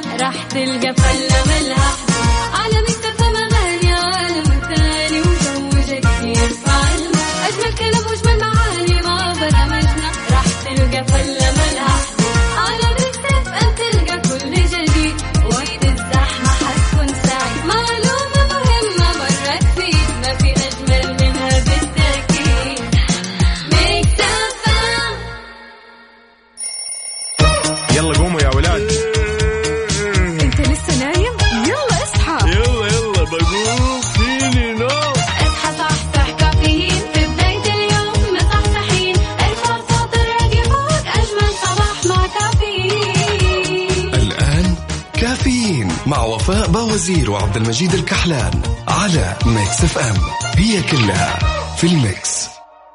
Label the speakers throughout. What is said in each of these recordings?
Speaker 1: راح تلقى فلة ملها على ميكس اف ام أغاني عالم ثاني وجو جديد يرفعنا أجمل كلام وأجمل معاني مع برامجنا راح تلقى فلة ملها على ميكس اف ام تلقى كل جديد وقت الزحمة حتكون سعيد معلومة مهمة مرة تفيد ما في أجمل منها بالتأكيد ميكس اف ام.
Speaker 2: يلا قوموا يا ولاد.
Speaker 3: انت لسه نايم؟ يلا اصحى.
Speaker 2: يلا بقوم فيني نوم.
Speaker 1: اصحى صحصح كافيين في بداية اليوم مصحصحين ارفع صوت الراديو فوق أجمل صباح مع كافيين.
Speaker 4: الآن كافيين مع وفاء باوزير وعبد المجيد الكحلان على ميكس اف ام. هي كلها في الميكس.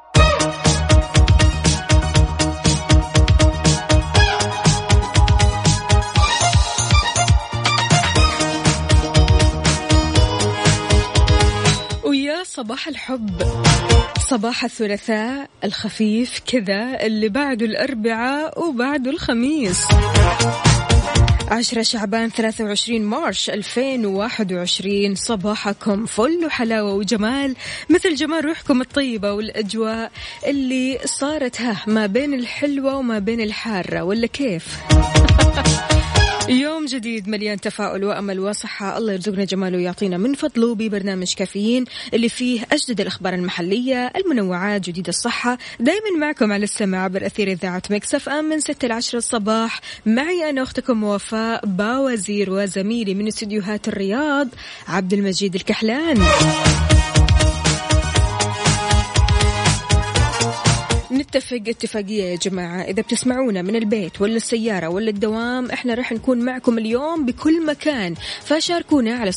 Speaker 3: ويا صباح الحب، صباح الثلاثاء الخفيف كذا اللي بعده الأربعاء وبعده الخميس. 10 شعبان 23 مارش 2021. صباحكم فل وحلاوة وجمال مثل جمال روحكم الطيبة والأجواء اللي صارت ما بين الحلوة وما بين الحارة ولا كيف؟ يوم جديد مليان تفاؤل وأمل وصحة. الله يرزقنا جماله ويعطينا من فضله ببرنامج كافيين اللي فيه أجدد الأخبار المحلية، المنوعات، جديد الصحة. دايما معكم على السماع بالأثير إذاعة ميكس اف ام من 6 ل 10 الصباح. معي أنا أختكم وفاء باوزير وزميلي من استديوهات الرياض عبد المجيد الكحلان. نتفق اتفاقية يا جماعة، إذا بتسمعونا من البيت ولا السيارة ولا الدوام احنا راح نكون معكم اليوم بكل مكان، فشاركونا على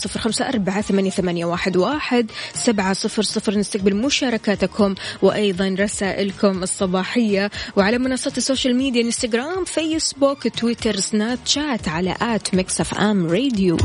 Speaker 3: 0548811700. نستقبل مشاركاتكم وأيضا رسائلكم الصباحية، وعلى منصات السوشيال ميديا انستغرام، فيسبوك، تويتر، سناب شات على @mixfmradio.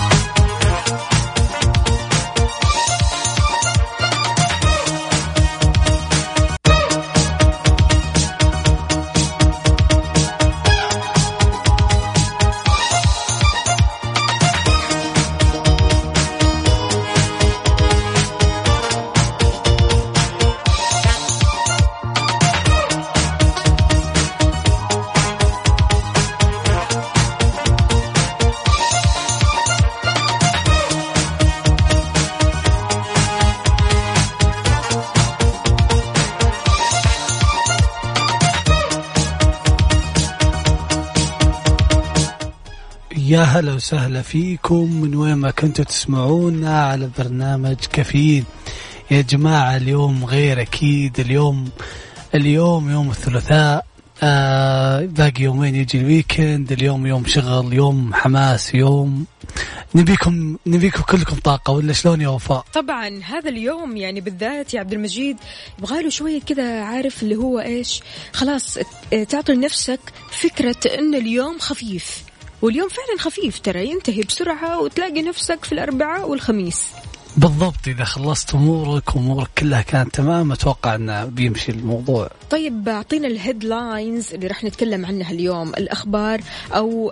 Speaker 5: يا هلا وسهلا فيكم من وين ما كنتوا تسمعونا على برنامج كافيين. يا جماعة اليوم غير أكيد، اليوم يوم الثلاثاء، باقي يومين يجي الويكند. اليوم يوم شغل، يوم حماس، يوم نبيكم كلكم طاقة، ولا شلون يا وفاء؟
Speaker 3: طبعا هذا اليوم يعني بالذات يا عبد المجيد يبغاله شوية كذا، عارف اللي هو إيش، خلاص تعطي لنفسك فكرة إن اليوم خفيف، واليوم فعلا خفيف ترى ينتهي بسرعة وتلاقي نفسك في الأربعاء والخميس.
Speaker 5: بالضبط، إذا خلصت أمورك كلها كانت تمام أتوقع أنه بيمشي الموضوع.
Speaker 3: طيب أعطينا الهيدلاينز اللي رح نتكلم عنها اليوم، الأخبار أو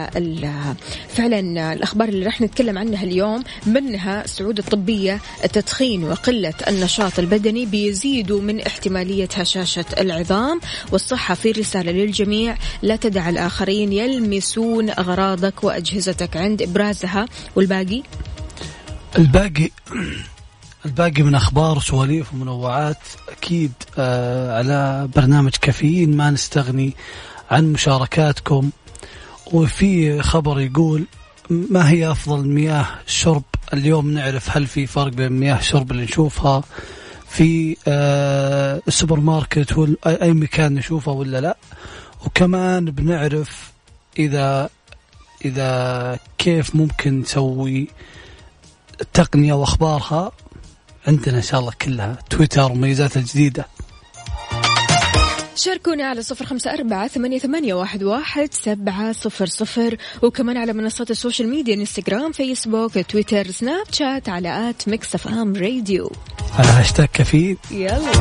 Speaker 3: فعلا الأخبار اللي رح نتكلم عنها اليوم. منها الصعود الطبية، التدخين وقلة النشاط البدني بيزيدوا من احتمالية هشاشة العظام، والصحة في رسالة للجميع، لا تدع الآخرين يلمسون أغراضك وأجهزتك عند إبرازها. والباقي
Speaker 5: الباقي من أخبار وسواليف ومنوعات أكيد. على برنامج كافيين ما نستغني عن مشاركاتكم. وفي خبر يقول ما هي أفضل مياه الشرب اليوم. نعرف هل في فرق بين مياه الشرب اللي نشوفها في السوبر ماركت أي مكان نشوفها ولا لا. وكمان بنعرف إذا كيف ممكن نسوي التقنية وأخبارها. عندنا إن شاء الله كلها تويتر وميزات الجديدة.
Speaker 3: شاركونا على 0548811700، وكمان على منصات السوشيال ميديا انستغرام، فيسبوك، تويتر، سناب شات على @mixfmradio
Speaker 5: على هاشتاج كافيين.
Speaker 3: يلا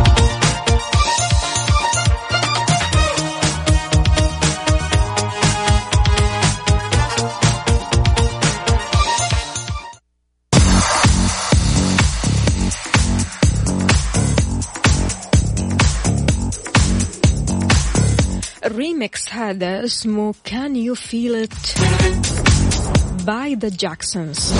Speaker 3: ريميكس هذا اسمه Can You Feel It by the Jacksons.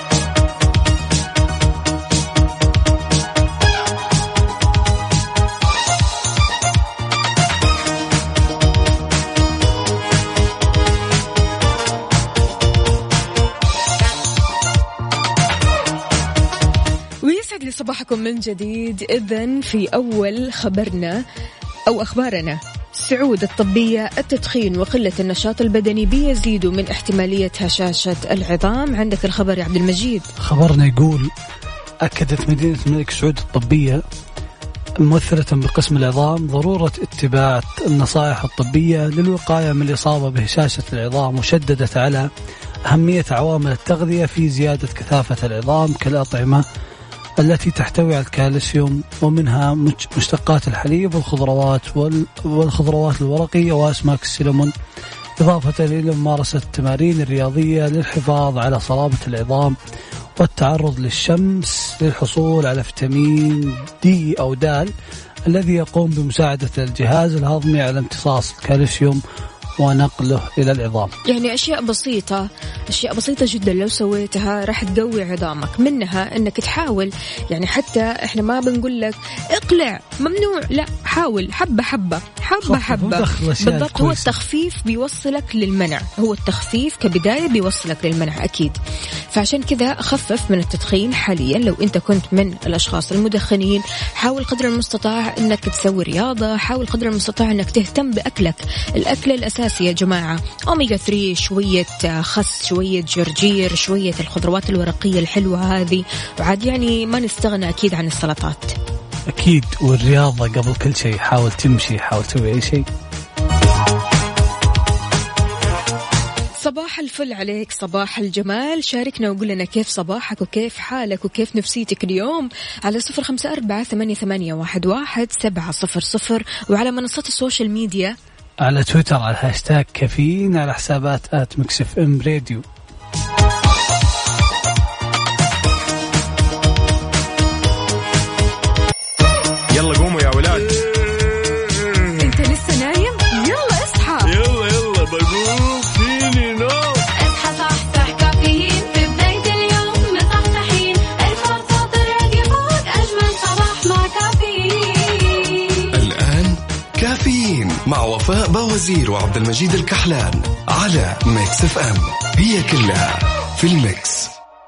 Speaker 3: ويسعد لي صباحكم من جديد. إذن في أول خبرنا أو أخبارنا، صعود الطبية، التدخين وقلة النشاط البدني بيزيدوا من احتمالية هشاشة العظام. عندك الخبر يا عبد المجيد.
Speaker 5: خبرنا يقول أكدت مدينة الملك سعود الطبية ممثلة بقسم العظام ضرورة اتباع النصائح الطبية للوقاية من الإصابة بهشاشة العظام، وشددت على أهمية عوامل التغذية في زيادة كثافة العظام كالأطعمة التي تحتوي على الكالسيوم ومنها مشتقات الحليب والخضروات الورقية وأسماك السلمون، إضافة إلى ممارسة التمارين الرياضية للحفاظ على صلابة العظام والتعرض للشمس للحصول على فيتامين دي أو د الذي يقوم بمساعدة الجهاز الهضمي على امتصاص الكالسيوم ونقله إلى العظام.
Speaker 3: يعني أشياء بسيطة جدا لو سويتها راح تقوي عظامك. منها أنك تحاول، يعني حتى إحنا ما بنقول لك اقلع ممنوع، لا، حاول حبة حبة. بالضبط، هو التخفيف بيوصلك للمنع، هو التخفيف كبداية بيوصلك للمنع أكيد. فعشان كذا خفف من التدخين حاليا. لو أنت كنت من الأشخاص المدخنين حاول قدر المستطاع أنك تسوي رياضة، حاول قدر المستطاع أنك تهتم بأكلك. الأكل الأساسي يا جماعة أوميجا 3، شوية خس، شوية جرجير، شوية الخضروات الورقية الحلوة هذه، وعاد يعني ما نستغنى أكيد عن السلطات
Speaker 5: أكيد. والرياضة قبل كل شيء، حاول تمشي، حاول تسوي أي شيء.
Speaker 3: صباح الفل عليك، صباح الجمال. شاركنا وقول لنا كيف صباحك وكيف حالك وكيف نفسيتك اليوم على 0548811700 وعلى منصات السوشيال ميديا،
Speaker 5: على تويتر على هاشتاج كافيين، على حسابات @mixfmradio.
Speaker 2: يلا قوموا يا ولاد.
Speaker 3: انت لسه نايم؟ يلا اصحى،
Speaker 2: يلا بقوم فيني نو.
Speaker 1: اصحى صحصح، كافيين في بداية اليوم مصحصحين، الفرصة طلعت يفوت أجمل صباح مع كافيين.
Speaker 4: الآن كافيين مع وفاء باوزير وعبد المجيد الكحلان على ميكس اف ام، هي كلها في الميكس.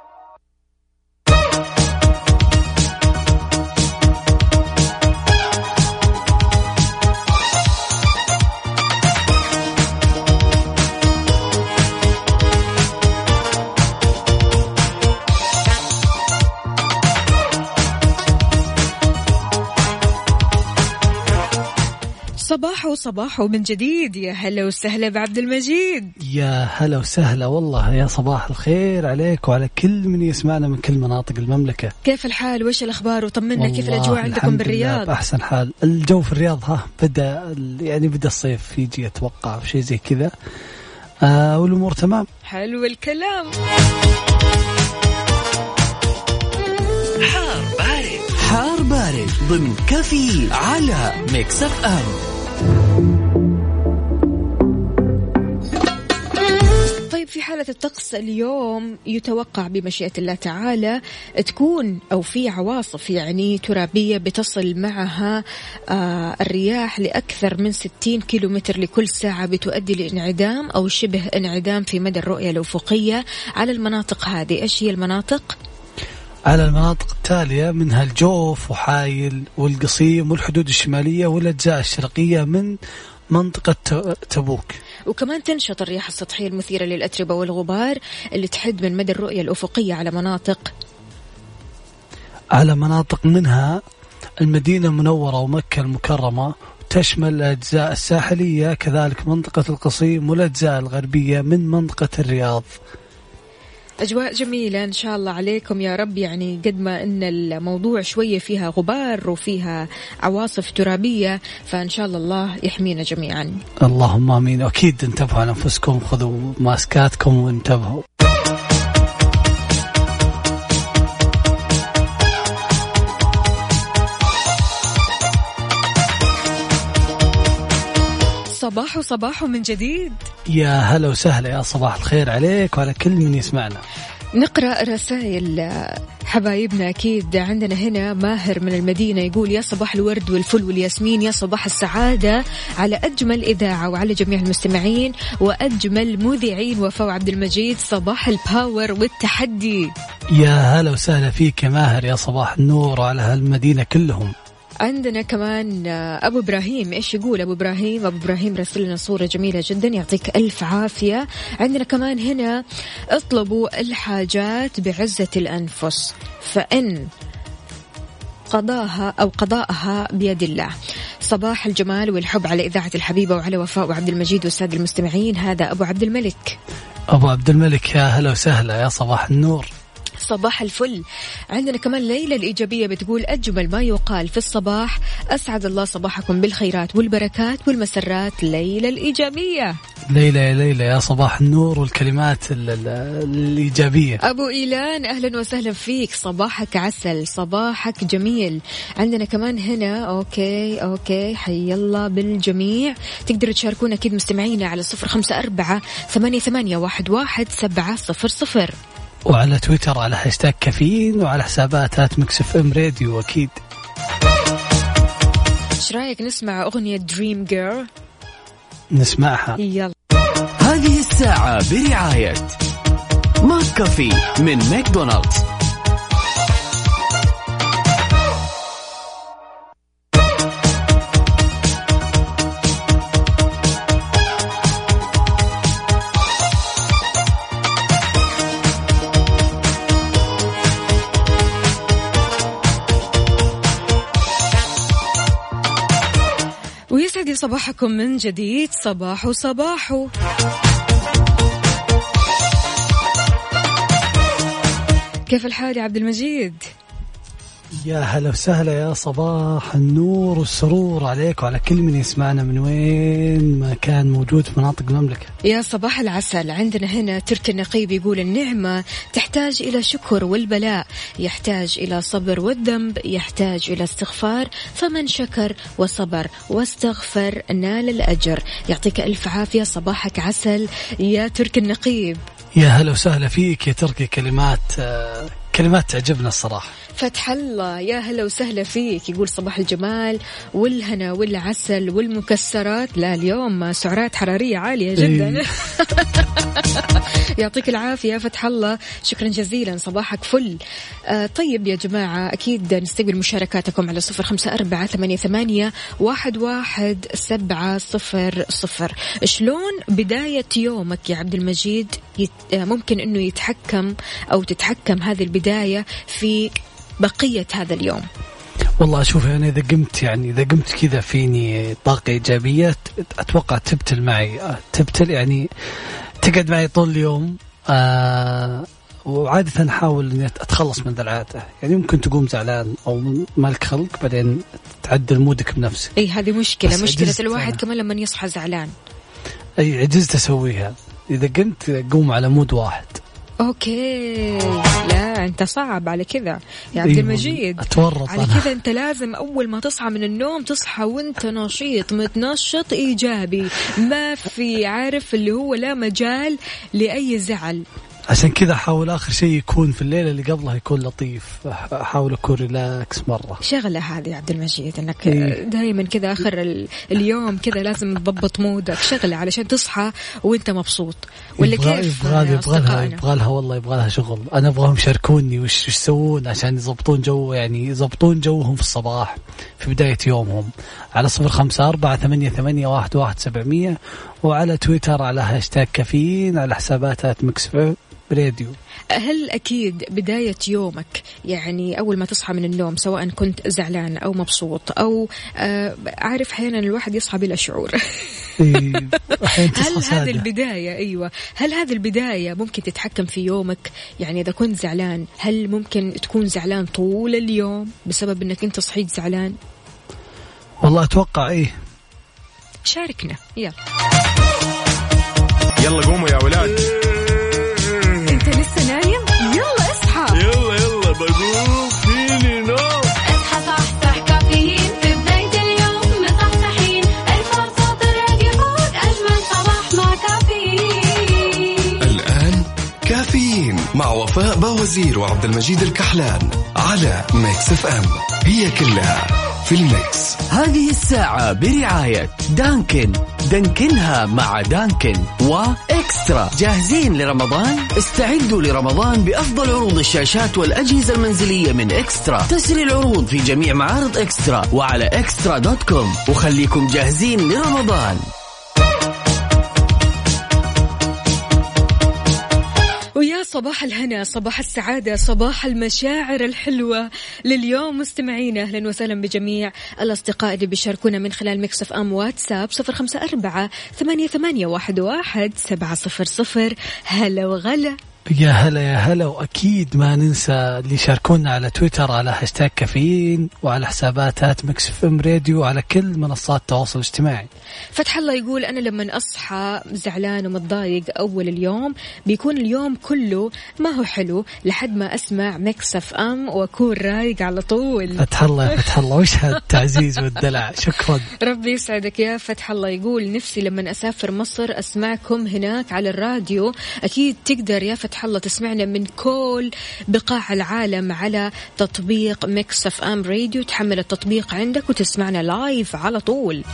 Speaker 3: صباحو من جديد. يا هلا وسهلا بعبد المجيد.
Speaker 5: يا هلا وسهلا والله، يا صباح الخير عليك وعلى كل من يسمعنا من كل مناطق المملكة.
Speaker 3: كيف الحال وإيش الأخبار؟ وطمنا كيف الأجواء عندكم بالرياض؟
Speaker 5: أحسن حال. الجو في الرياض بدأ الصيف يجي، أتوقع في شيء زي كذا، والأمور تمام.
Speaker 3: حلو الكلام.
Speaker 6: حار بارد ضمن كافيين على ميكس اف ام.
Speaker 3: طيب، في حالة الطقس اليوم يتوقع بمشيئة الله تعالى تكون أو في عواصف يعني ترابية بتصل معها الرياح لأكثر من 60 كيلومتر لكل ساعة، بتؤدي لانعدام أو شبه انعدام في مدى الرؤية الأفقية على المناطق هذه. إيش هي المناطق؟
Speaker 5: على المناطق التالية، منها الجوف وحايل والقصيم والحدود الشمالية والأجزاء الشرقية من منطقة تبوك.
Speaker 3: وكمان تنشط الرياح السطحية المثيرة للأتربة والغبار اللي تحد من مدى الرؤية الأفقية على مناطق منها المدينة المنورة ومكة المكرمة، تشمل الأجزاء الساحلية، كذلك منطقة القصيم والأجزاء الغربية من منطقة الرياض. أجواء جميلة إن شاء الله عليكم يا رب. يعني قد ما إن الموضوع شوية فيها غبار وفيها عواصف ترابية، فإن شاء الله يحمينا جميعا.
Speaker 5: اللهم آمين. أكيد انتبهوا على أنفسكم، خذوا ماسكاتكم وانتبهوا.
Speaker 3: صباح من جديد.
Speaker 5: يا هلا وسهلا، يا صباح الخير عليك وعلى كل من يسمعنا.
Speaker 3: نقرأ رسائل حبايبنا. أكيد عندنا هنا ماهر من المدينة يقول يا صباح الورد والفل والياسمين، يا صباح السعادة على أجمل إذاعة وعلى جميع المستمعين وأجمل مذيعين. وفاء عبد المجيد صباح الباور والتحدي.
Speaker 5: يا هلا وسهلا فيك يا ماهر، يا صباح النور على هالمدينة كلهم.
Speaker 3: عندنا كمان أبو إبراهيم. إيش يقول أبو إبراهيم؟ أبو إبراهيم رسل لنا صورة جميلة جدا، يعطيك ألف عافية. عندنا كمان هنا اطلبوا الحاجات بعزة الأنفس فإن قضاها أو قضاءها بيد الله. صباح الجمال والحب على إذاعة الحبيبة وعلى وفاء وعبد المجيد والسادة المستمعين. هذا أبو عبد الملك.
Speaker 5: أبو عبد الملك يا هلا وسهلا، يا صباح النور.
Speaker 3: صباح الفل. عندنا كمان ليلى الإيجابية بتقول أجمل ما يقال في الصباح أسعد الله صباحكم بالخيرات والبركات والمسرات. ليلى الإيجابية.
Speaker 5: ليلى يا ليلى، يا صباح النور والكلمات الإيجابية.
Speaker 3: أبو إيلان أهلا وسهلا فيك، صباحك عسل، صباحك جميل. عندنا كمان هنا أوكي حي الله بالجميع. تقدروا تشاركونا أكيد مستمعينا على 0548811700
Speaker 5: وعلى تويتر على هاشتاج كافيين وعلى حسابات ميكس اف ام راديو. أكيد.
Speaker 3: ايش رايك نسمع أغنية دريم جيرل؟
Speaker 5: نسمعها.
Speaker 3: يلا.
Speaker 6: هذه الساعة برعاية ماك كافي من ماكدونالدز.
Speaker 3: ويسعد صباحكم من جديد. صباح كيف الحال يا عبد المجيد؟
Speaker 5: يا هلا وسهلا، يا صباح النور والسرور عليك وعلى كل من يسمعنا من وين ما كان موجود في مناطق المملكة.
Speaker 3: يا صباح العسل. عندنا هنا تركي النقيب يقول النعمة تحتاج إلى شكر والبلاء يحتاج إلى صبر والذنب يحتاج إلى استغفار، فمن شكر وصبر واستغفر نال الأجر. يعطيك ألف عافية، صباحك عسل يا تركي النقيب.
Speaker 5: يا هلا وسهلا فيك يا تركي، كلمات تعجبنا الصراحة.
Speaker 3: فتح الله يا هلا وسهلا فيك، يقول صباح الجمال والهنا والعسل والمكسرات. لا اليوم سعرات حرارية عالية جدا. يعطيك العافية فتح الله، شكرا جزيلا، صباحك فل. طيب يا جماعة أكيد نستقبل مشاركاتكم على 0548811700. شلون بداية يومك يا عبد المجيد ممكن أنه يتحكم أو تتحكم هذه البداية في بقية هذا اليوم؟
Speaker 5: والله أشوف يعني إذا قمت كذا فيني طاقة إيجابية، أتوقع تبتل يعني تقعد معي طول اليوم. وعادة أحاول إني أتخلص من ذا العادة. يعني ممكن تقوم زعلان أو مالك خلق بعدين تعدل مودك بنفسك.
Speaker 3: أي هذه مشكلة الواحد كمان لما يصحى زعلان.
Speaker 5: أي عجزت أسويها. إذا قمت قوم على مود واحد.
Speaker 3: أوكي لا أنت صعب على كذا يا عبد المجيد.
Speaker 5: أتورط
Speaker 3: على كذا أنت لازم أول ما تصحى من النوم تصحى وأنت نشيط متنشط إيجابي، ما في عارف اللي هو لا مجال لأي زعل.
Speaker 5: عشان كذا أحاول آخر شيء يكون في الليلة اللي قبلها يكون لطيف، أحاول أكون ريلاكس مرة.
Speaker 3: شغلة هذه يا عبد المجيد إنك دائما كذا آخر اليوم كذا لازم تضبط مودك، شغلة علشان تصحى وأنت مبسوط. ولا كيف؟
Speaker 5: يبغالها شغل. أنا أبغاهم يشاركوني وش يسوون عشان يضبطون يضبطون جوهم في الصباح في بداية يومهم على 0548811700 وعلى تويتر على هاشتاج كافيين على حسابات ميكس راديو.
Speaker 3: هل أكيد بداية يومك يعني أول ما تصحى من النوم سواء كنت زعلان أو مبسوط أو عارف أحيانا الواحد يصحى بلا شعور. هل هذه البداية هل هذه البداية ممكن تتحكم في يومك؟ يعني إذا كنت زعلان هل ممكن تكون زعلان طول اليوم بسبب أنك أنت صحيت زعلان؟
Speaker 5: والله أتوقع
Speaker 3: شاركنا. يلا
Speaker 2: قوموا يا ولاد.
Speaker 3: انت لسه نايم؟ يلا اصحى.
Speaker 2: يلا بقوم فيني نوم.
Speaker 1: اصحى صحصح كافيين في بداية اليوم مصحصحين، الفرصة الراديو فوق
Speaker 4: مع وفاء باوزير وعبد المجيد الكحلان على ميكس اف ام. هي كلها في الميكس.
Speaker 6: هذه الساعة برعاية دانكن، دانكنها مع دانكن، وإكسترا. جاهزين لرمضان؟ استعدوا لرمضان بأفضل عروض الشاشات والأجهزة المنزلية من إكسترا. تسري العروض في جميع معارض إكسترا وعلى extra.com، وخليكم جاهزين لرمضان.
Speaker 3: ويا صباح الهنا، صباح السعادة، صباح المشاعر الحلوة لليوم مستمعين. أهلا وسهلا بجميع الأصدقاء اللي بيشاركونا من خلال ميكس اف ام واتساب 0548811700. هلا وغلا.
Speaker 5: يا هلا يا هلا. وأكيد ما ننسى اللي يشاركونا على تويتر على هاشتاج كافيين، وعلى حسابات ميكس اف ام راديو، وعلى كل منصات التواصل الاجتماعي.
Speaker 3: فتح الله يقول أنا لما أصحى زعلان ومتضايق أول اليوم بيكون اليوم كله ما هو حلو لحد ما أسمع ميكس اف ام وأكون رايق على طول.
Speaker 5: فتح الله يا فتح الله، وش هالتعزيز والدلع. شكرا،
Speaker 3: ربي يسعدك يا فتح الله. يقول نفسي لما أسافر مصر أسمعكم هناك على الراديو. أكيد تقدر يا فتح الله تسمعنا من كل بقاع العالم على تطبيق ميكس اف ام راديو. تحمل التطبيق عندك وتسمعنا لايف على طول.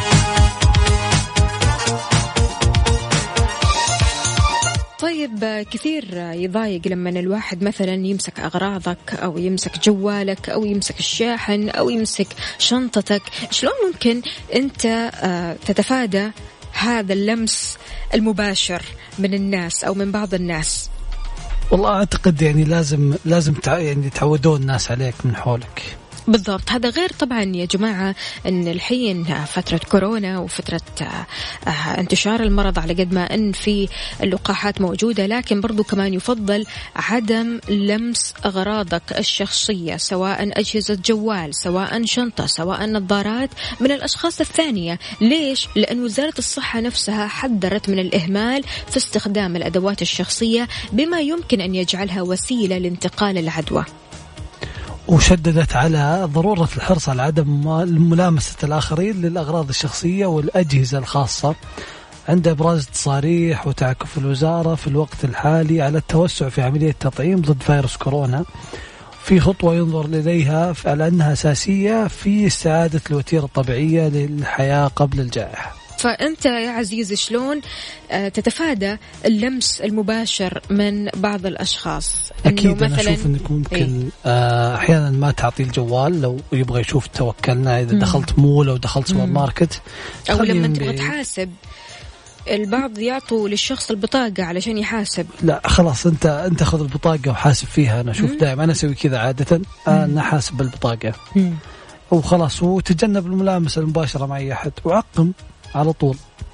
Speaker 3: طيب كثير يضايق لما الواحد مثلا يمسك أغراضك أو يمسك جوالك أو يمسك الشاحن أو يمسك شنطتك. شلون ممكن أنت تتفادى هذا اللمس المباشر من الناس أو من بعض الناس؟
Speaker 5: والله أعتقد يعني لازم يعني تعودون الناس عليك من حولك.
Speaker 3: بالضبط. هذا غير طبعا يا جماعة أن الحين فترة كورونا وفترة انتشار المرض، على قد ما أن في اللقاحات موجودة، لكن برضو كمان يفضل عدم لمس أغراضك الشخصية، سواء أجهزة جوال، سواء شنطة، سواء نظارات، من الأشخاص الثانية. ليش؟ لأن وزارة الصحة نفسها حذرت من الإهمال في استخدام الأدوات الشخصية بما يمكن أن يجعلها وسيلة لانتقال العدوى،
Speaker 5: وشددت على ضرورة الحرص على عدم ملامسة الآخرين للأغراض الشخصية والأجهزة الخاصة عند إبراز تصاريح وتعكف الوزارة في الوقت الحالي على التوسع في عملية تطعيم ضد فيروس كورونا، في خطوة ينظر إليها على أنها أساسية في استعادة الوتيرة الطبيعية للحياة قبل الجائحة.
Speaker 3: فأنت يا عزيزي شلون تتفادى اللمس المباشر من بعض الأشخاص؟
Speaker 5: أكيد أنا أشوف أنك ممكن أحيانا ما تعطي الجوال لو يبغى يشوف توكلنا. إذا دخلت مول أو دخلت سوبر ماركت
Speaker 3: أو لما تبغى تحاسب، البعض يعطوا للشخص البطاقة علشان يحاسب.
Speaker 5: لا خلاص أنت خذ البطاقة وحاسب فيها. أنا أشوف دائما أنا أسوي كذا عادة، أنا حاسب بالبطاقة وخلاص، وتجنب الملامسة المباشرة مع أي أحد وعقم على طول.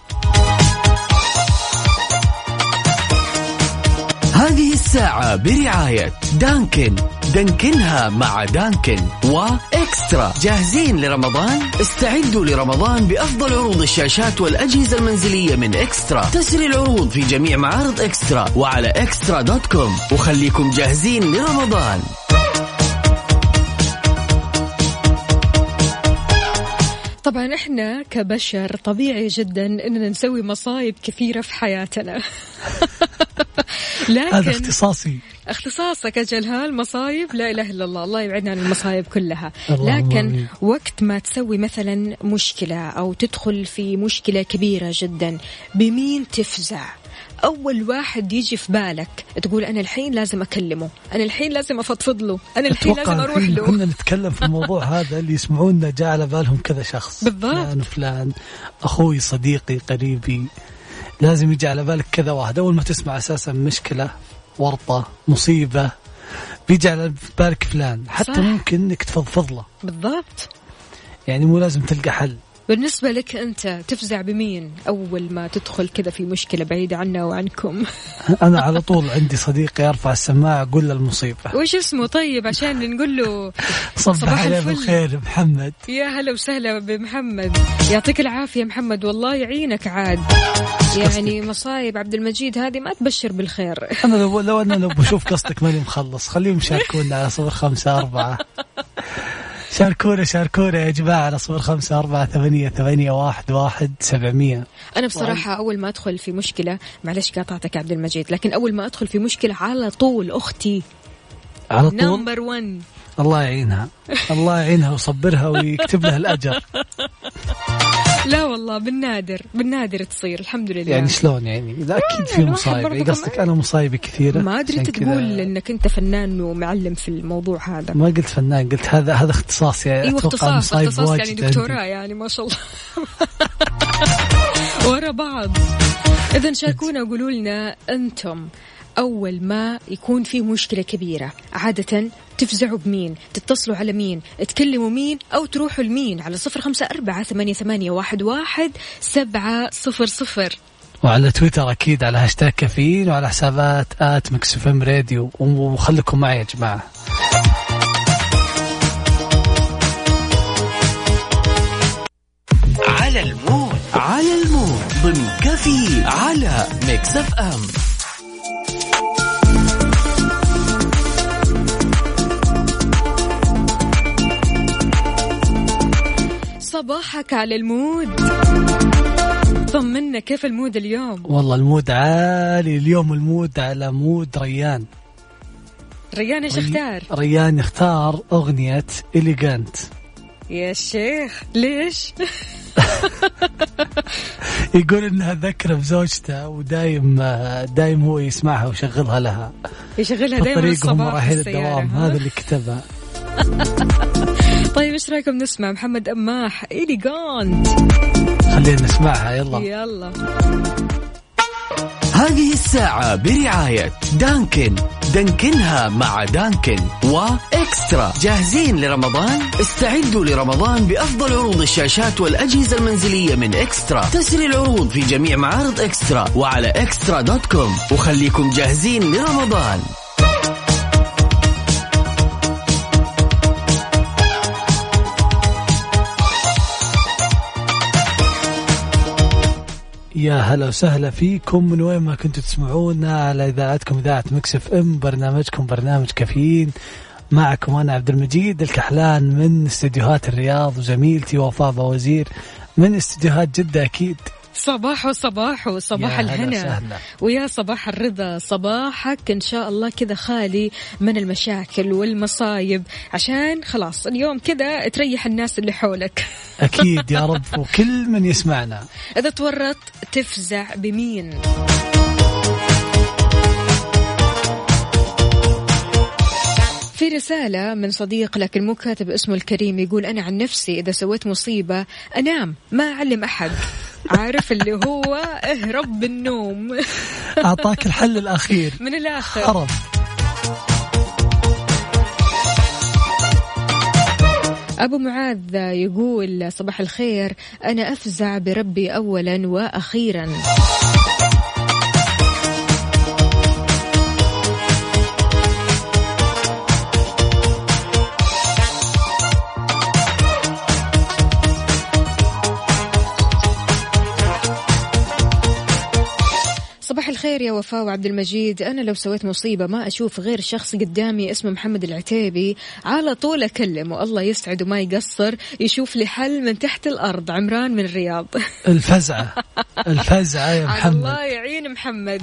Speaker 6: هذه الساعة برعاية دانكن، دانكنها مع دانكن، وإكسترا. جاهزين لرمضان؟ استعدوا لرمضان بأفضل عروض الشاشات والأجهزة المنزلية من إكسترا. تسري العروض في جميع معارض إكسترا وعلى extra.com، وخليكم جاهزين لرمضان.
Speaker 3: طبعا احنا كبشر طبيعي جدا اننا نسوي مصايب كثيرة في حياتنا. لكن
Speaker 5: هذا اختصاصك أجل هالمصايب، لا إله إلا الله، الله يبعدنا عن المصايب كلها. لكن وقت ما تسوي مثلا مشكلة أو تدخل في مشكلة كبيرة جدا، بمين تفزع؟ أول واحد يجي في بالك تقول أنا الحين لازم أكلمه، أنا الحين لازم أفضفض له، أنا الحين لازم أروح له. كنا نتكلم في الموضوع هذا اللي يسمعونا جاء على بالهم كذا شخص.
Speaker 3: بالضبط.
Speaker 5: فلان أخوي صديقي قريبي، لازم يجي على بالك كذا واحد. أول ما تسمع أساسا مشكلة، ورطة، مصيبة، بيجي على بالك فلان. حتى صح. ممكن إنك تفضفض له.
Speaker 3: بالضبط.
Speaker 5: يعني مو لازم تلقى حل.
Speaker 3: بالنسبة لك أنت تفزع بمين أول ما تدخل كذا في مشكلة بعيدة عنا وعنكم؟
Speaker 5: أنا على طول عندي صديقي أرفع السماعة أقول له المصيبة.
Speaker 3: وش اسمه طيب عشان نقول له
Speaker 5: صباح عليه بالخير محمد.
Speaker 3: يا هلا وسهلا بمحمد، يعطيك العافية محمد، والله يعينك. عاد يعني مصايب عبد المجيد هذه ما تبشر بالخير.
Speaker 5: أنا لو بشوف قصدك ماني مخلص، خليهم يشاركونا على 0544 شاركونا يا جماعة على 0548811700.
Speaker 3: أنا بصراحة أول ما أدخل في مشكلة، معلش قاطعتك عبد المجيد، لكن أول ما أدخل في مشكلة على طول أختي
Speaker 5: على طول
Speaker 3: نمبر 1.
Speaker 5: الله يعينها، الله يعينها ويصبرها ويكتب لها الأجر.
Speaker 3: لا والله بالنادر تصير، الحمد لله.
Speaker 5: يعني شلون يعني؟ إذا أكيد في مصايب. قصدك أنا مصايبي كثيرة.
Speaker 3: ما أدري تقول إنك أنت فنان ومعلم في الموضوع هذا.
Speaker 5: ما قلت فنان، قلت هذا اختصاص يعني.
Speaker 3: أيوة اختصاص يعني دكتوراه يعني ما شاء الله. ورا بعض. إذن شاركونا وقولوا لنا أنتم أول ما يكون في مشكلة كبيرة عادة تفزعوا بمين؟ تتصلوا على مين؟ تكلموا مين؟ أو تروحوا لمين؟ على 0548811700.
Speaker 5: وعلى تويتر أكيد على هاشتاج كافيين، وعلى حسابات @مكسفم راديو. وخليكم معي يا جماعة.
Speaker 6: على المود ضمن كافيين على ميكس اف ام.
Speaker 3: صباحك على المود. طمنا كيف المود اليوم؟
Speaker 5: والله المود عالي اليوم. المود على مود ريان.
Speaker 3: ايش اختار؟
Speaker 5: ريان يختار أغنية إليغانت.
Speaker 3: يا شيخ ليش؟
Speaker 5: يقول إنها ذكرى بزوجته ودايم هو يسمعها ويشغلها لها.
Speaker 3: يشغلها دايما الصباح
Speaker 5: رايحين الدوام. هذا اللي كتبها.
Speaker 3: طيب ايش رايكم نسمع محمد أماح إليغانت؟
Speaker 5: خلينا نسمعها
Speaker 3: يلا.
Speaker 6: هذه الساعة برعاية دانكن. دانكنها مع دانكن وإكسترا. جاهزين لرمضان؟ استعدوا لرمضان بأفضل عروض الشاشات والأجهزة المنزلية من إكسترا. تسري العروض في جميع معارض إكسترا وعلى extra.com. وخليكم جاهزين لرمضان.
Speaker 5: يا هلا وسهلا فيكم من وين ما كنتوا تسمعونا على إذاعتكم إذاعة ميكس اف ام. برنامجكم برنامج كافيين. معكم أنا عبد المجيد الكحلان من استديوهات الرياض، وزميلتي وفاء بوزير من استديوهات جدة. أكيد
Speaker 3: صباح الهنا ويا صباح الرضا. صباحك إن شاء الله كذا خالي من المشاكل والمصايب، عشان خلاص اليوم كذا تريح الناس اللي حولك.
Speaker 5: أكيد يا رب، وكل من يسمعنا.
Speaker 3: إذا تورط تفزع بمين؟ في رسالة من صديق لكن مو كاتب اسمه الكريم، يقول أنا عن نفسي إذا سويت مصيبة أنام ما أعلم أحد. عارف اللي هو اهرب بالنوم.
Speaker 5: أعطاك الحل الأخير
Speaker 3: من الآخر.
Speaker 5: هرب.
Speaker 3: أبو معاذ يقول صباح الخير، أنا أفزع بربي أولا وأخيرا. صباح الخير يا وفاء وعبد المجيد. أنا لو سويت مصيبة ما أشوف غير شخص قدامي اسمه محمد العتيبي، على طول أكلمه الله يسعد وما يقصر يشوف لي حل من تحت الأرض. عمران من الرياض.
Speaker 5: الفزعة يا محمد.
Speaker 3: الله يعين محمد.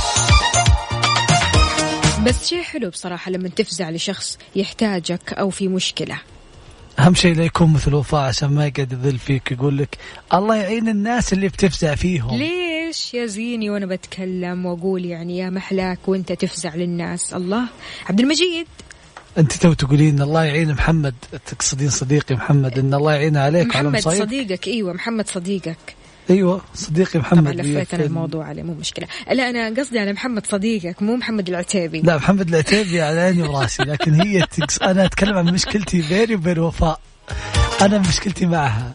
Speaker 3: بس شيء حلو بصراحة لما تفزع لشخص يحتاجك أو في مشكلة.
Speaker 5: أهم شيء لا يكون مثل وفاء عشان ما يقعد يذل فيك يقول لك الله يعين الناس اللي بتفزع فيهم.
Speaker 3: ليش يا زيني وأنا بتكلم وأقول يعني يا محلاك وأنت تفزع للناس؟ الله. عبد المجيد
Speaker 5: أنت تو تقولين الله يعين محمد، تقصدين صديقي محمد إن الله يعين عليك وعلى
Speaker 3: محمد صديقك. أيوة محمد صديقك.
Speaker 5: أيوة صديقي محمد.
Speaker 3: طبعا لفيت أنا الموضوع عليه مو مشكلة. لا أنا قصدي على محمد صديقك مو محمد العتيبي.
Speaker 5: لا محمد العتيبي على عيني وراسي، لكن هي أنا أتكلم عن مشكلتي بيني وبين وفاء. أنا مشكلتي معها.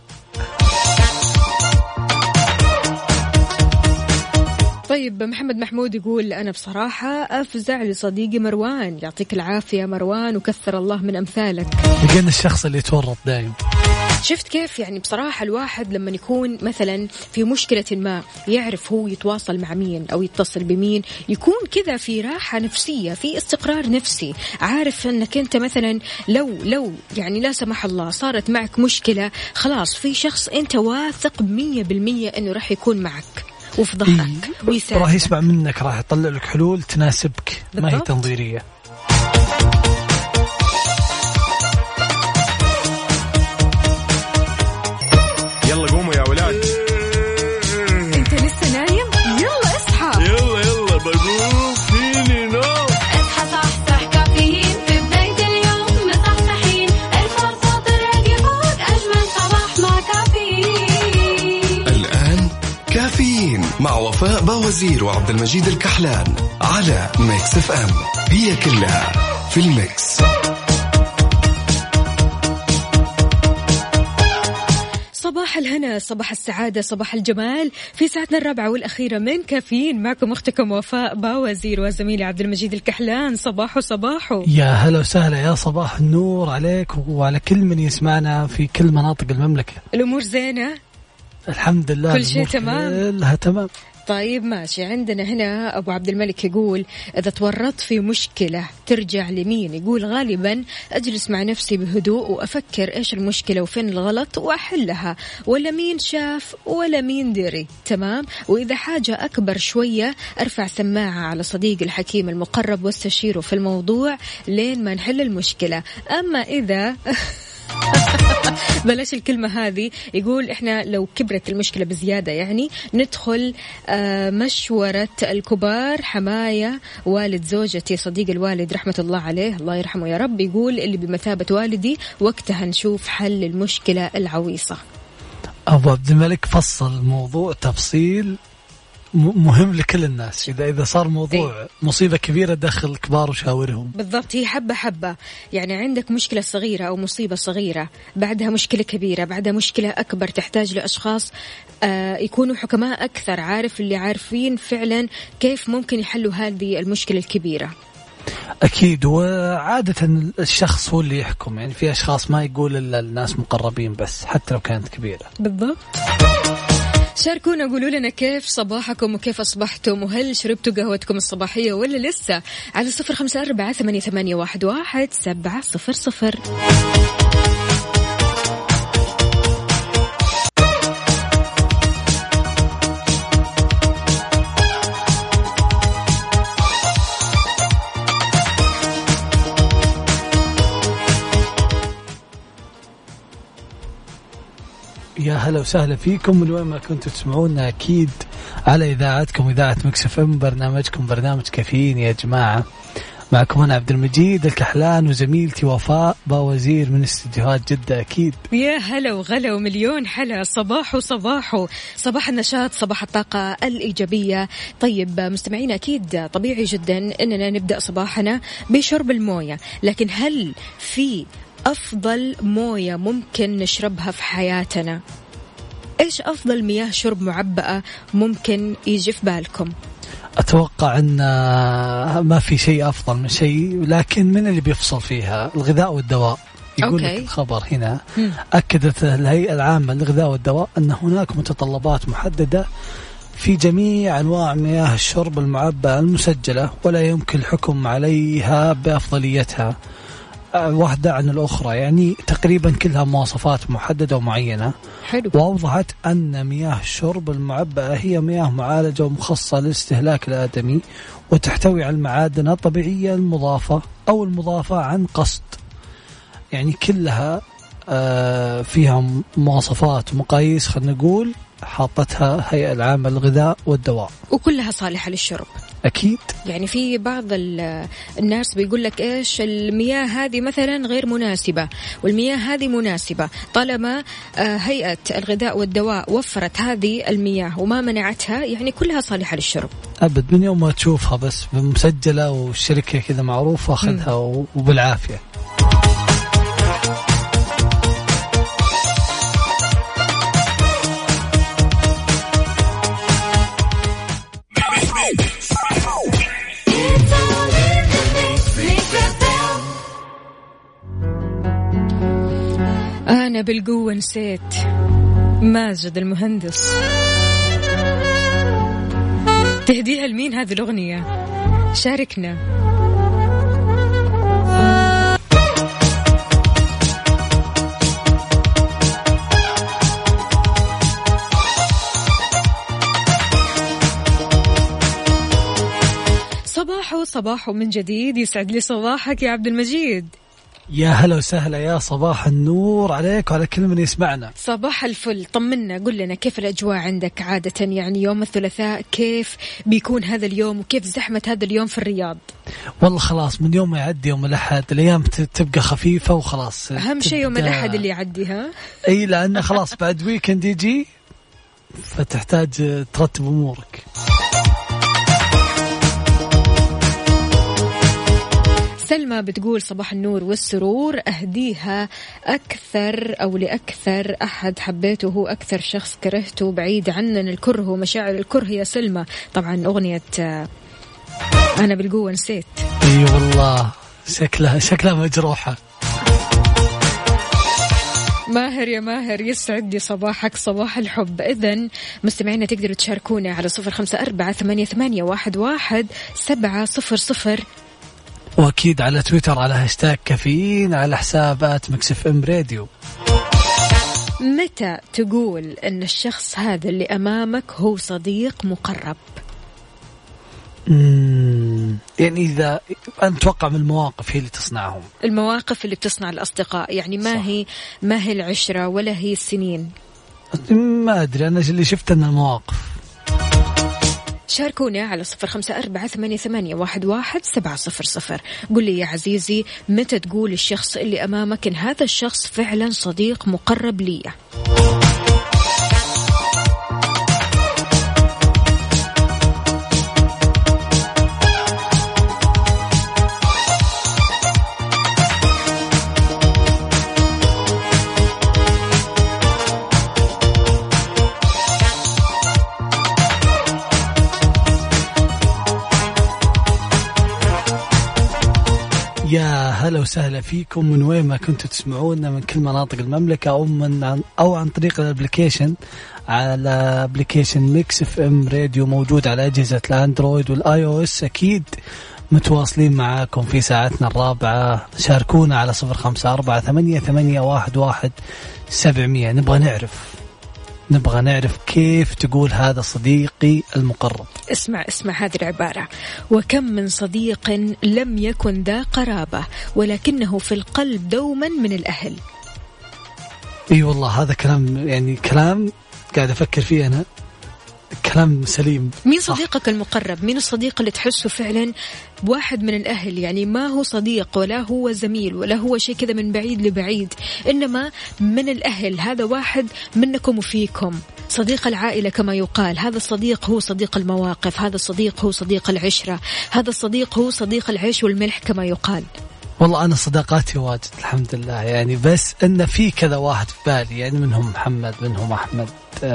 Speaker 3: طيب محمد محمود يقول أنا بصراحة أفزع لصديقي مروان. يعطيك العافية مروان وكثر الله من أمثالك.
Speaker 5: لقينا الشخص اللي يتورط دايم.
Speaker 3: شفت كيف يعني بصراحة الواحد لما يكون مثلا في مشكلة ما يعرف هو يتواصل مع مين أو يتصل بمين، يكون كذا في راحة نفسية، في استقرار نفسي، عارف أنك أنت مثلا لو يعني لا سمح الله صارت معك مشكلة، خلاص في شخص أنت واثق 100% أنه راح يكون معك وفي ظهرك ويساعدك،
Speaker 5: راح يسمع منك، راح يطلع لك حلول تناسبك، ما هي تنظيرية.
Speaker 2: يلا قوموا يا ولاد.
Speaker 3: انت لسه نايم؟ يلا اصحى.
Speaker 2: يلا بقوم فيني نوم.
Speaker 1: اصحى صحصح كافيين في بداية اليوم مصحصحين، الفرصة تراك فوق أجمل صباح مع كافيين.
Speaker 4: الآن كافيين مع وفاء باوزير وعبد المجيد الكحلان على ميكس اف ام، هي كلها في الميكس.
Speaker 3: صباح الهنا، صباح السعادة، صباح الجمال في ساعتنا الرابعة والأخيرة من كافيين. معكم أختكم وفاء باوزير وزميلي عبد المجيد الكحلان. صباحو
Speaker 5: يا هلا وسهلا، يا صباح النور عليك وعلى كل من يسمعنا في كل مناطق المملكة.
Speaker 3: الأمور زينة
Speaker 5: الحمد لله،
Speaker 3: كل شيء تمام.
Speaker 5: كلها تمام.
Speaker 3: طيب ماشي. عندنا هنا أبو عبد الملك يقول إذا تورطت في مشكلة ترجع لمين؟ يقول غالبا أجلس مع نفسي بهدوء وأفكر إيش المشكلة وفين الغلط وأحلها، ولا مين شاف ولا مين دري. تمام. وإذا حاجة أكبر شوية أرفع سماعة على صديقي الحكيم المقرب واستشيره في الموضوع لين ما نحل المشكلة. أما إذا بلاش الكلمة هذه، يقول إحنا لو كبرت المشكلة بزيادة يعني ندخل مشورة الكبار. حماية والد زوجتي صديق الوالد رحمة الله عليه، الله يرحمه يا رب، يقول اللي بمثابة والدي، وقتها نشوف حل المشكلة العويصة.
Speaker 5: أبو عبد الملك فصل الموضوع تفصيل مهم لكل الناس. إذا صار موضوع مصيبة كبيرة داخل الكبار وشاورهم.
Speaker 3: بالضبط، هي حبة حبة. يعني عندك مشكلة صغيرة أو مصيبة صغيرة، بعدها مشكلة كبيرة، بعدها مشكلة أكبر تحتاج لأشخاص يكونوا حكماء أكثر، عارف اللي عارفين فعلا كيف ممكن يحلوا هذه المشكلة الكبيرة.
Speaker 5: أكيد. وعادة الشخص هو اللي يحكم، يعني في أشخاص ما يقول إلا الناس مقربين بس حتى لو كانت كبيرة.
Speaker 3: بالضبط. شاركونا، قولوا لنا كيف صباحكم وكيف أصبحتم، وهل شربتوا قهوتكم الصباحية ولا لسه؟ على 0548811700.
Speaker 5: يا هلا وسهلا فيكم من وين ما كنتوا تسمعونا، أكيد على إذاعتكم إذاعة ميكس اف ام، برنامجكم برنامج كافيين يا جماعة. معكم أنا عبد المجيد الكحلان وزميلتي وفاء باوزير من استديوهات جدة. أكيد
Speaker 3: يا هلا وغلا ومليون حلا. صباح النشاط، صباح الطاقة الإيجابية. طيب مستمعينا، أكيد طبيعي جدا أننا نبدأ صباحنا بشرب الموية، لكن هل في أفضل موية ممكن نشربها في حياتنا؟ إيش أفضل مياه شرب معبأة ممكن يجي في بالكم؟
Speaker 5: أتوقع أن ما في شيء أفضل من شيء، لكن من اللي بيفصل فيها الغذاء والدواء. يقول لك الخبر هنا أكدت الهيئة العامة للغذاء والدواء أن هناك متطلبات محددة في جميع أنواع مياه الشرب المعبأة المسجلة، ولا يمكن الحكم عليها بأفضليتها واحدة عن الأخرى، يعني تقريبا كلها مواصفات محددة ومعينة.
Speaker 3: حلو.
Speaker 5: وأوضحت أن مياه الشرب المعبأة هي مياه معالجة ومخصصة للاستهلاك الآدمي، وتحتوي على المعادن الطبيعية المضافة أو المضافة عن قصد، يعني كلها فيها مواصفات ومقاييس خلينا نقول حاطتها هيئة العامة للغذاء والدواء،
Speaker 3: وكلها صالحة للشرب.
Speaker 5: أكيد.
Speaker 3: يعني في بعض الناس بيقول لك إيش المياه هذه مثلا غير مناسبة والمياه هذه مناسبة، طالما هيئة الغذاء والدواء وفرت هذه المياه وما منعتها، يعني كلها صالحة للشرب.
Speaker 5: أبد، من يوم ما تشوفها بس مسجلة والشركة كذا معروفة أخذها وبالعافية.
Speaker 3: أنا بالقوة نسيت ماجد المهندس. تهديها لمين هذه الأغنية؟ شاركنا. صباحو من جديد، يسعد لي صباحك يا عبد المجيد.
Speaker 5: يا هلا وسهلا، يا صباح النور عليك وعلى كل من يسمعنا.
Speaker 3: صباح الفل، طمنا قل لنا كيف الأجواء عندك عادة، يعني يوم الثلاثاء كيف بيكون هذا اليوم وكيف زحمة هذا اليوم في الرياض؟
Speaker 5: والله خلاص من يوم ما يعدي يوم الأحد الأيام تبقى خفيفة وخلاص.
Speaker 3: أهم شيء يوم الأحد اللي يعديها.
Speaker 5: أي لأنه خلاص بعد ويكند يجي فتحتاج ترتب أمورك.
Speaker 3: سلمى بتقول صباح النور والسرور، أهديها أكثر أو لأكثر أحد حبيته، هو أكثر شخص كرهته، بعيد عننا الكره ومشاعر الكره يا سلمى. طبعا أغنية أنا بالقوة نسيت.
Speaker 5: أي والله شكلها مجروحة.
Speaker 3: ماهر يا ماهر، يسعد لي صباحك صباح الحب. إذن مستمعينا تقدروا تشاركونا على 0548811700
Speaker 5: وأكيد على تويتر على هاشتاج كافيين على حسابات ميكس اف ام راديو.
Speaker 3: متى تقول أن الشخص هذا اللي أمامك هو صديق مقرب؟
Speaker 5: يعني إذا أنا أتوقع من المواقف هي اللي تصنعهم، المواقف
Speaker 3: اللي بتصنع الأصدقاء، يعني ما هي العشرة ولا هي السنين.
Speaker 5: ما أدري، أنا اللي شفت أن المواقف.
Speaker 3: شاركوني على 0548811700. قل لي يا عزيزي متى تقول الشخص اللي أمامك إن هذا الشخص فعلا صديق مقرب لي.
Speaker 5: يا هلا وسهلا فيكم من وين ما كنتوا تسمعونا، من كل مناطق المملكة أو عن طريق الابليكيشن، على ابليكيشن ميكس اف ام راديو موجود على أجهزة الأندرويد والآي أو إس. أكيد متواصلين معاكم في ساعتنا الرابعة. شاركونا على 0548811700. نبغى نعرف كيف تقول هذا صديقي المقرب.
Speaker 3: اسمع هذه العبارة: وكم من صديق لم يكن ذا قرابة ولكنه في القلب دوما من الأهل.
Speaker 5: اي والله هذا كلام، يعني كلام قاعد أفكر فيه أنا، كلام سليم.
Speaker 3: مين صديقك المقرب؟ مين الصديق اللي تحسه فعلا واحد من الأهل، يعني ما هو صديق ولا هو زميل ولا هو شيء كذا من بعيد لبعيد، إنما من الأهل، هذا واحد منكم وفيكم، صديق العائلة كما يقال. هذا الصديق هو صديق المواقف، هذا الصديق هو صديق العشرة، هذا الصديق هو صديق العيش والملح كما يقال.
Speaker 5: والله أنا صداقاتي واجد الحمد لله، يعني بس إن في كذا واحد في بالي، يعني منهم محمد، منهم أحمد،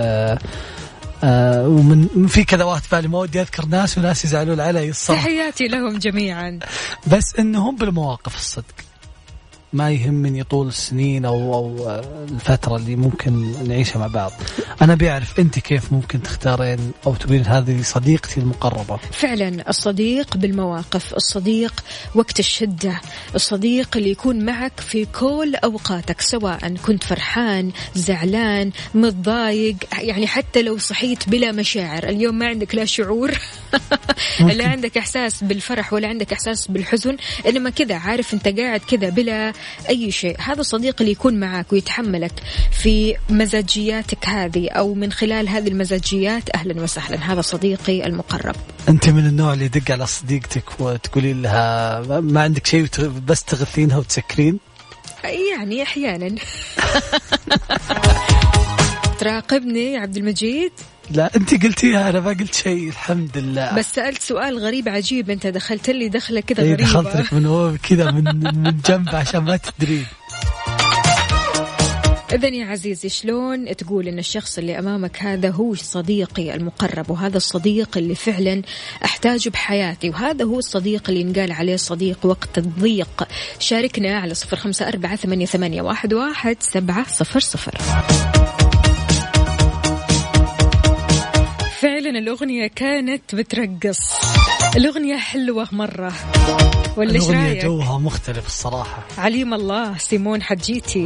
Speaker 5: ومن في كذا واحد بالي، ما ودي أذكر ناس وناس يزعلون علي الصراحة.
Speaker 3: تحياتي لهم جميعا.
Speaker 5: بس إنهم بالمواقف الصدق، ما يهمني طول السنين أو الفترة اللي ممكن نعيشها مع بعض. أنا بيعرف أنت كيف ممكن تختارين أو تقولين هذه صديقتي المقربة.
Speaker 3: فعلا الصديق بالمواقف، الصديق وقت الشدة، الصديق اللي يكون معك في كل أوقاتك، سواء كنت فرحان، زعلان، متضايق، يعني حتى لو صحيت بلا مشاعر اليوم، ما عندك لا شعور لا عندك إحساس بالفرح ولا عندك إحساس بالحزن، إنما كذا عارف أنت قاعد كذا بلا أي شيء. هذا الصديق اللي يكون معك ويتحملك في مزاجياتك هذه أو من خلال هذه المزاجيات، أهلا وسهلا، هذا صديقي المقرب.
Speaker 5: أنت من النوع اللي يدق على صديقتك وتقولي لها ما عندك شيء بس تغثينها وتسكرين؟
Speaker 3: يعني أحيانا. تراقبني يا عبد المجيد؟
Speaker 5: لا أنت قلتيها، أنا ما قلت شيء الحمد لله،
Speaker 3: بس سألت سؤال غريب عجيب، أنت دخلت لي دخلة كذا غريبة.
Speaker 5: دخلت لك من كذا من جنب عشان ما تدرين.
Speaker 3: إذن يا عزيزي شلون تقول إن الشخص اللي أمامك هذا هو صديقي المقرب، وهذا الصديق اللي فعلا أحتاجه بحياتي، وهذا هو الصديق اللي ينقال عليه صديق وقت الضيق؟ شاركنا على 0548811700. فعلا الأغنية كانت بترقص، الأغنية حلوة مرة، ولا إيش رأيك؟
Speaker 5: الأغنية جوها مختلف الصراحة.
Speaker 3: عليم الله سيمون حجيتي.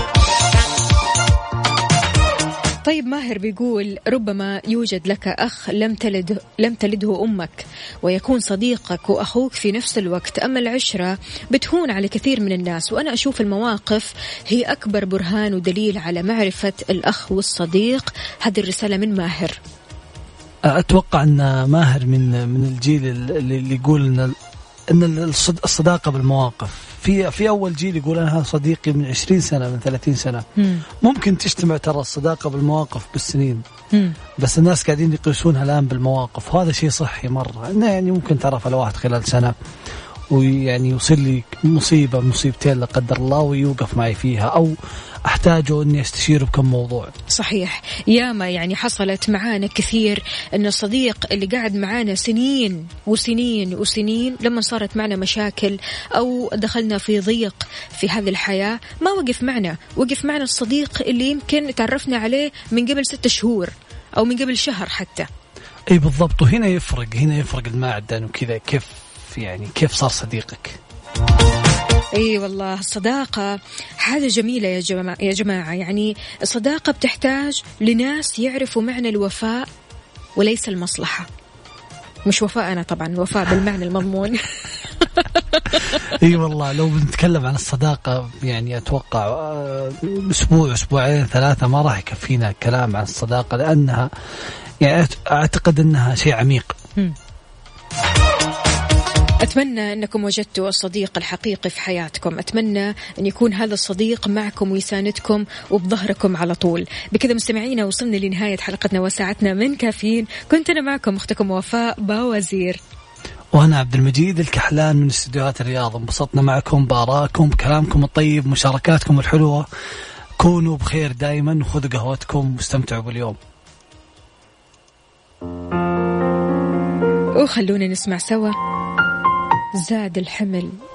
Speaker 3: طيب ماهر بيقول ربما يوجد لك أخ لم تلده أمك ويكون صديقك وأخوك في نفس الوقت، أما العشرة بتهون على كثير من الناس، وأنا أشوف المواقف هي أكبر برهان ودليل على معرفة الأخ والصديق. هذه الرسالة من ماهر.
Speaker 5: أتوقع أن ماهر من الجيل اللي يقول أن الصداقة بالمواقف. في أول جيل يقول أنا صديقي من 20 سنة من 30 سنة. ممكن تجتمع ترى الصداقة بالمواقف بالسنين، بس الناس قاعدين يقيسونها الآن بالمواقف، وهذا شيء صحي مرة. يعني ممكن تعرف على واحد خلال سنة ويعني يوصل لي مصيبتين لا قدر الله ويوقف معي فيها، أو أحتاجه أني أستشيره بكم موضوع.
Speaker 3: صحيح، ياما يعني حصلت معانا كثير أن الصديق اللي قاعد معانا سنين وسنين وسنين لما صارت معنا مشاكل أو دخلنا في ضيق في هذه الحياة ما وقف معنا. وقف معنا الصديق اللي يمكن تعرفنا عليه من قبل 6 شهور أو من قبل شهر حتى.
Speaker 5: أي بالضبط. وهنا يفرق المعدن وكذا. كيف صار صديقك؟
Speaker 3: اي والله الصداقة حاجة جميلة يا جماعة. يعني الصداقة بتحتاج لناس يعرفوا معنى الوفاء وليس المصلحة. مش وفاء أنا طبعا، وفاء بالمعنى المضمون.
Speaker 5: اي والله لو بنتكلم عن الصداقة يعني أتوقع أسبوع أسبوعين 3 ما راح يكفينا كلام عن الصداقة، لأنها يعني أعتقد أنها شيء عميق.
Speaker 3: أتمنى أنكم وجدتوا الصديق الحقيقي في حياتكم. أتمنى أن يكون هذا الصديق معكم ويساندكم وبظهركم على طول. بكذا مستمعينا وصلنا لنهاية حلقتنا وساعتنا من كافيين. كنت أنا معكم أختكم وفاء باوزير،
Speaker 5: وأنا عبد المجيد الكحلان من استديوهات الرياض. انبسطنا معكم بآرائكم، بكلامكم الطيب، مشاركاتكم الحلوة. كونوا بخير دائما وخذوا قهوتكم واستمتعوا باليوم.
Speaker 3: وخلونا نسمع سوا زاد الحمل